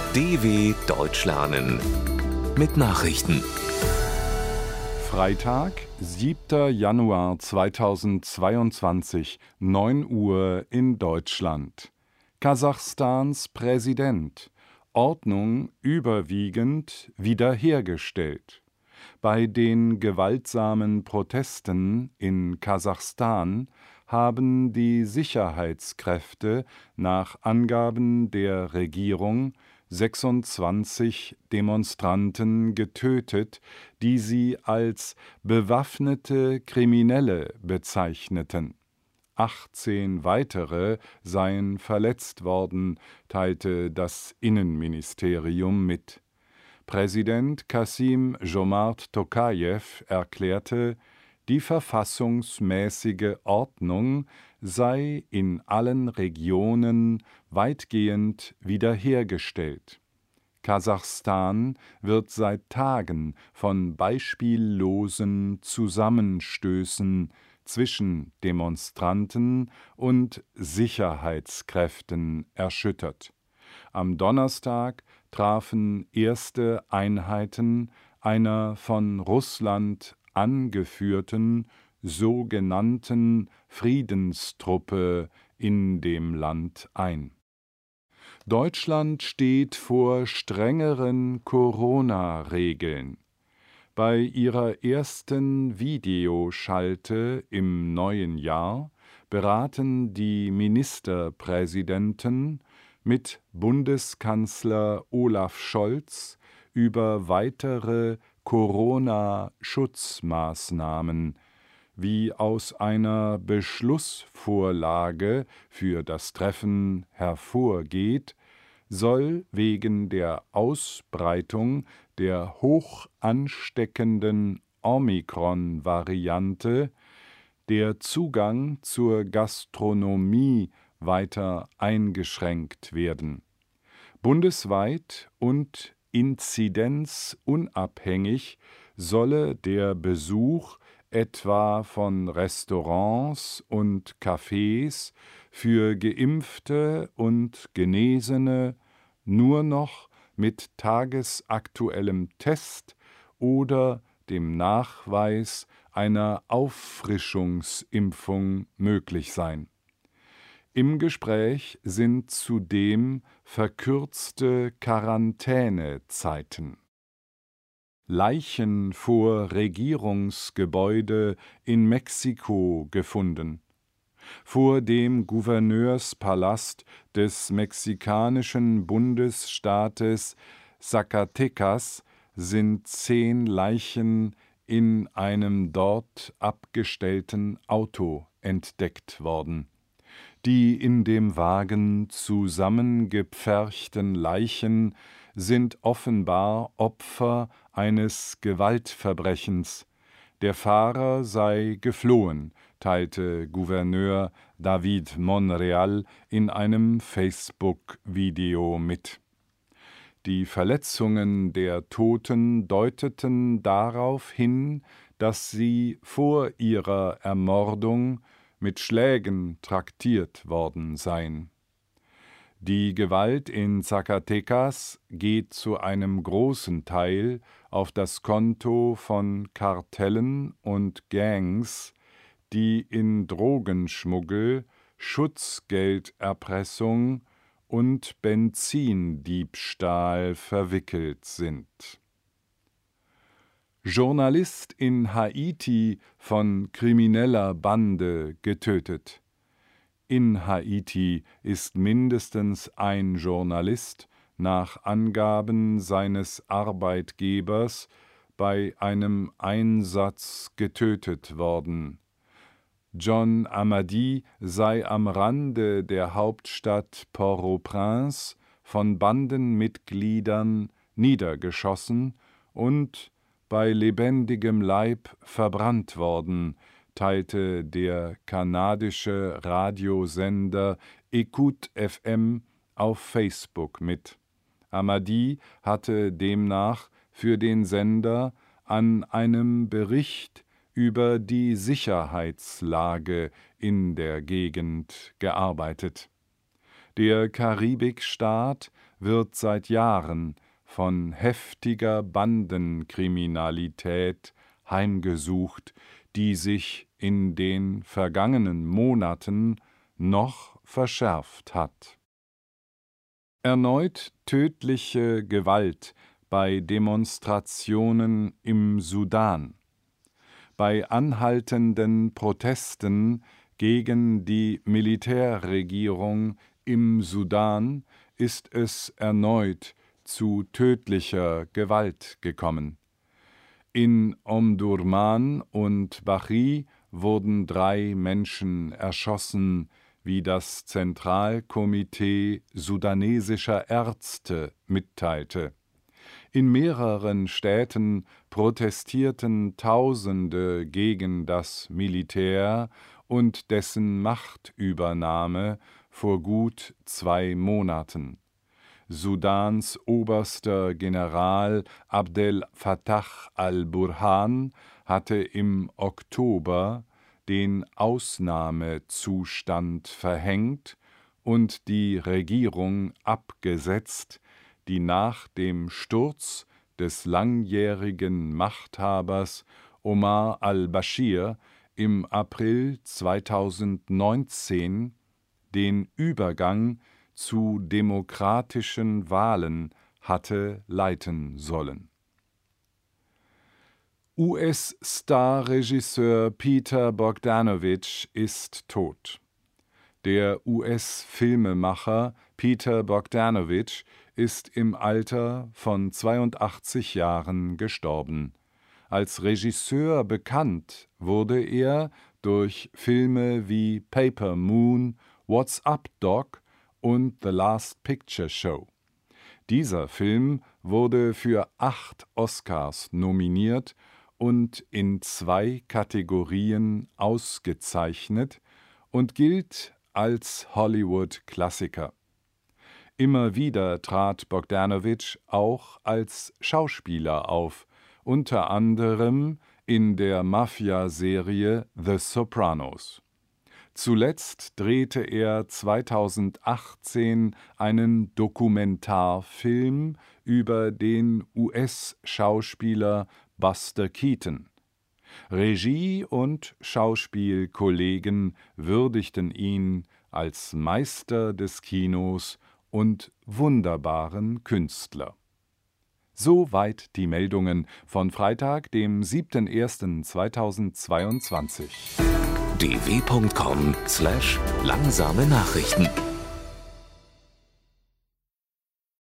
DW Deutsch lernen mit Nachrichten. Freitag, 7. Januar 2022, 9 Uhr in Deutschland. Kasachstans Präsident. Ordnung überwiegend wiederhergestellt. Bei den gewaltsamen Protesten in Kasachstan haben die Sicherheitskräfte nach Angaben der Regierung 26 Demonstranten getötet, die sie als bewaffnete Kriminelle bezeichneten. 18 weitere seien verletzt worden, teilte das Innenministerium mit. Präsident Kassym-Jomart Tokajew erklärte, die verfassungsmäßige Ordnung sei in allen Regionen weitgehend wiederhergestellt. Kasachstan wird seit Tagen von beispiellosen Zusammenstößen zwischen Demonstranten und Sicherheitskräften erschüttert. Am Donnerstag trafen erste Einheiten einer von Russland angeführten sogenannten Friedenstruppe in dem Land ein. Deutschland steht vor strengeren Corona-Regeln. Bei ihrer ersten Videoschalte im neuen Jahr beraten die Ministerpräsidenten mit Bundeskanzler Olaf Scholz über weitere Corona-Schutzmaßnahmen. Wie aus einer Beschlussvorlage für das Treffen hervorgeht, soll wegen der Ausbreitung der hoch ansteckenden Omikron-Variante der Zugang zur Gastronomie weiter eingeschränkt werden. Bundesweit und inzidenzunabhängig solle der Besuch etwa von Restaurants und Cafés für Geimpfte und Genesene nur noch mit tagesaktuellem Test oder dem Nachweis einer Auffrischungsimpfung möglich sein. Im Gespräch sind zudem verkürzte Quarantänezeiten. Leichen vor Regierungsgebäude in Mexiko gefunden. Vor dem Gouverneurspalast des mexikanischen Bundesstaates Zacatecas sind 10 Leichen in einem dort abgestellten Auto entdeckt worden. Die in dem Wagen zusammengepferchten Leichen sind offenbar Opfer eines Gewaltverbrechens. Der Fahrer sei geflohen, teilte Gouverneur David Monreal in einem Facebook-Video mit. Die Verletzungen der Toten deuteten darauf hin, dass sie vor ihrer Ermordung mit Schlägen traktiert worden seien. Die Gewalt in Zacatecas geht zu einem großen Teil auf das Konto von Kartellen und Gangs, die in Drogenschmuggel, Schutzgelderpressung und Benzindiebstahl verwickelt sind. Journalist in Haiti von krimineller Bande getötet. In Haiti ist mindestens ein Journalist nach Angaben seines Arbeitgebers bei einem Einsatz getötet worden. John Amadi sei am Rande der Hauptstadt Port-au-Prince von Bandenmitgliedern niedergeschossen und bei lebendigem Leib verbrannt worden, teilte der kanadische Radiosender Écoute FM auf Facebook mit. Amadi hatte demnach für den Sender an einem Bericht über die Sicherheitslage in der Gegend gearbeitet. Der Karibikstaat wird seit Jahren von heftiger Bandenkriminalität heimgesucht, die sich in den vergangenen Monaten noch verschärft hat. Erneut tödliche Gewalt bei Demonstrationen im Sudan. Bei anhaltenden Protesten gegen die Militärregierung im Sudan ist es erneut zu tödlicher Gewalt gekommen. In Omdurman und Bachie wurden 3 Menschen erschossen, wie das Zentralkomitee sudanesischer Ärzte mitteilte. In mehreren Städten protestierten Tausende gegen das Militär und dessen Machtübernahme vor gut 2 Monaten. Sudans oberster General Abdel Fattah al-Burhan hatte im Oktober den Ausnahmezustand verhängt und die Regierung abgesetzt, die nach dem Sturz des langjährigen Machthabers Omar al-Baschir im April 2019 den Übergang zu demokratischen Wahlen hatte leiten sollen. US-Star-Regisseur Peter Bogdanovich ist tot. Der US-Filmemacher Peter Bogdanovich ist im Alter von 82 Jahren gestorben. Als Regisseur bekannt wurde er durch Filme wie Paper Moon, What's Up, Doc und The Last Picture Show. Dieser Film wurde für 8 Oscars nominiert und in 2 Kategorien ausgezeichnet und gilt als Hollywood-Klassiker. Immer wieder trat Bogdanovich auch als Schauspieler auf, unter anderem in der Mafia-Serie The Sopranos. Zuletzt drehte er 2018 einen Dokumentarfilm über den US-Schauspieler Buster Keaton. Regie- und Schauspielkollegen würdigten ihn als Meister des Kinos und wunderbaren Künstler. Soweit die Meldungen von Freitag, dem 7.01.2022. dw.com/langsame Nachrichten